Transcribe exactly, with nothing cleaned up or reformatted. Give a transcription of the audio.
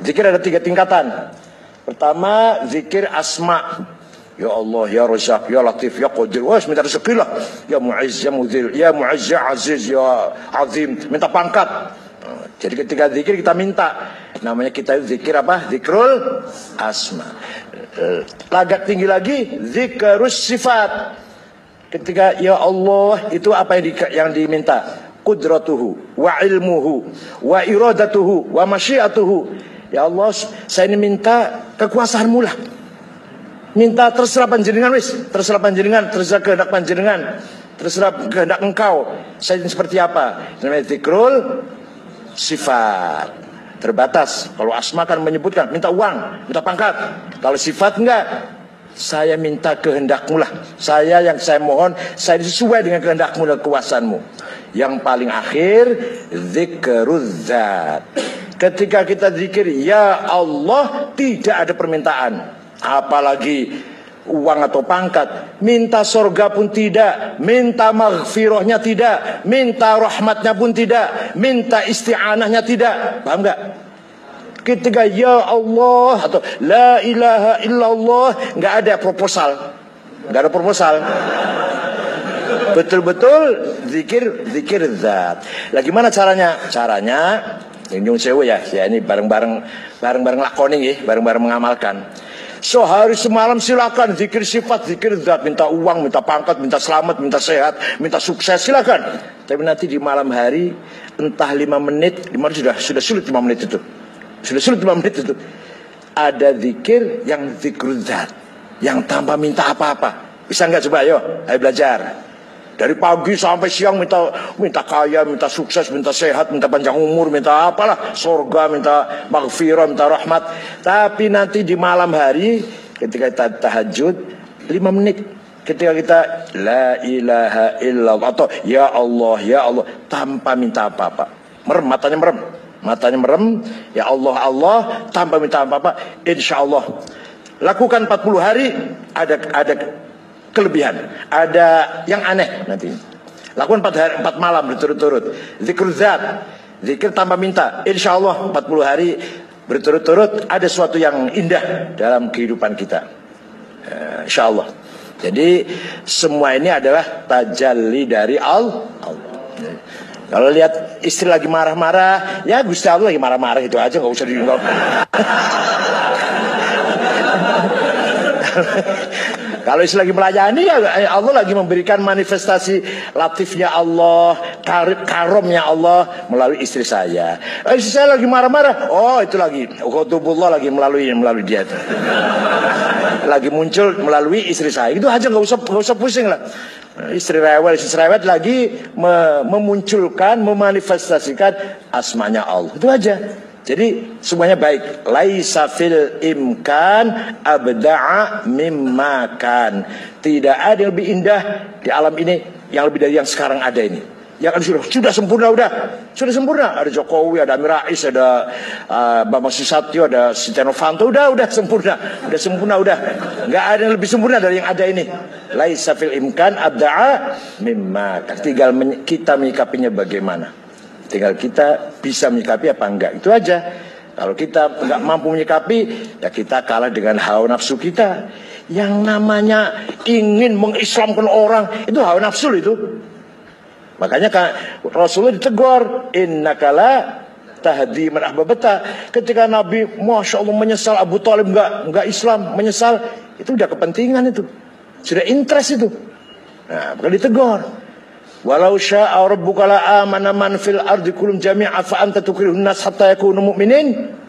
Zikir ada tiga tingkatan. Pertama, zikir asma. Ya Allah, ya Razzaq, ya Latif, ya Qadir. Wah, minta rezeki lah. Ya Mu'izz, ya Mudzil, ya Mu'izz, ya Aziz, ya Azim. Minta pangkat. Jadi ketika zikir kita minta. Namanya kita zikir apa? Zikrul asma. Agak tinggi lagi, zikrus sifat. Ketika ya Allah, itu apa yang, di, yang diminta? Qudratuhu, wa ilmuhu, wa iradatuhu, wa masyiatuhu. Ya Allah, saya ini minta kekuasaanmu lah. Minta terserah panjenengan wis, terserah panjenengan, terserah kehendak panjenengan, terserah kehendak engkau. Saya ini seperti apa? Namanya zikrul sifat. Terbatas. Kalau asma kan menyebutkan minta uang, minta pangkat. Kalau sifat enggak, saya minta kehendakmu lah. Saya yang saya mohon, saya sesuai dengan kehendakmu dan kekuasaanmu. Yang paling akhir, zikrul zat. Ketika kita zikir ya Allah, tidak ada permintaan. Apalagi uang atau pangkat. Minta surga pun tidak, minta maghfirahnya tidak, minta rahmatnya pun tidak, minta isti'anahnya tidak. Paham gak? Ketika ya Allah atau la ilaha illallah, gak ada proposal. Gak ada proposal. Betul-betul zikir, zikir zat. Lah gimana caranya? Caranya nyung sewu ya, ya ini bareng-bareng bareng-bareng lakoni ya, bareng-bareng mengamalkan. Sehari semalam silakan zikir sifat, zikir zat, minta uang, minta pangkat, minta selamat, minta sehat, minta sukses silakan. Tapi nanti di malam hari entah lima menit, lima menit sudah sudah sulit lima menit itu. Sudah sulit lima menit itu. Ada zikir yang zikir zat, yang tanpa minta apa-apa. Bisa nggak coba ayo, ayo belajar. Dari pagi sampai siang minta minta kaya, minta sukses, minta sehat, minta panjang umur, minta apalah, surga, minta maghfirah, minta rahmat. Tapi nanti di malam hari ketika kita tahajud lima menit, ketika kita la ilaha illallah atau ya Allah, ya Allah tanpa minta apa-apa. Merem, matanya merem. Matanya merem, ya Allah Allah tanpa minta apa-apa. Insyaallah. Lakukan empat puluh hari, ada ada kelebihan, ada yang aneh nanti. Lakukan empat hari, empat malam berturut-turut. Zikr zat, zikir tanpa minta. Insya Allah empat puluh hari berturut-turut ada sesuatu yang indah dalam kehidupan kita. Uh, Insya Allah. Jadi semua ini adalah tajalli dari Allah. Kalau lihat istri lagi marah-marah, ya Gusti Allah lagi marah-marah itu aja, nggak usah diingat. Kalau istri lagi melayani, ya Allah lagi memberikan manifestasi latifnya Allah, karib karomnya Allah melalui istri saya. Istri saya lagi marah-marah, oh itu lagi khutubullah lagi melalui melalui dia, lagi muncul melalui istri saya. Itu aja, nggak usah nggak usah pusing lah. Istri rewel, istri cerewet lagi me memunculkan, memanifestasikan asmanya Allah. Itu aja. Jadi semuanya baik. Laisa fil imkan abda'a mimma kan. Tidak ada yang lebih indah di alam ini yang lebih dari yang sekarang ada ini. Yang sudah sudah sempurna, udah sudah sempurna. Ada Jokowi, ada Amin Rais, ada uh, Bambang Susatyo, ada Setia Novanto, udah udah sempurna, udah sempurna, udah nggak ada yang lebih sempurna dari yang ada ini. Laisa fil imkan abda'a mimma kan. Tinggal men kita menyikapinya bagaimana. Tinggal kita bisa menyikapi apa enggak, itu aja. Kalau kita enggak mampu menyikapi, ya kita kalah dengan hawa nafsu kita. Yang namanya ingin mengislamkan orang, itu hawa nafsu itu. Makanya kan Rasulullah ditegur, innaka la tahdi man ahbabta. Ketika Nabi Masya Allah menyesal, Abu Thalib enggak enggak Islam, menyesal, itu udah kepentingan itu. Sudah interest itu. Nah, bukan ditegur. Walau syaa rabbuka la amana man fil ardi kullum jami'a fa anta tukrihun nas hatta yakunu mu'minin.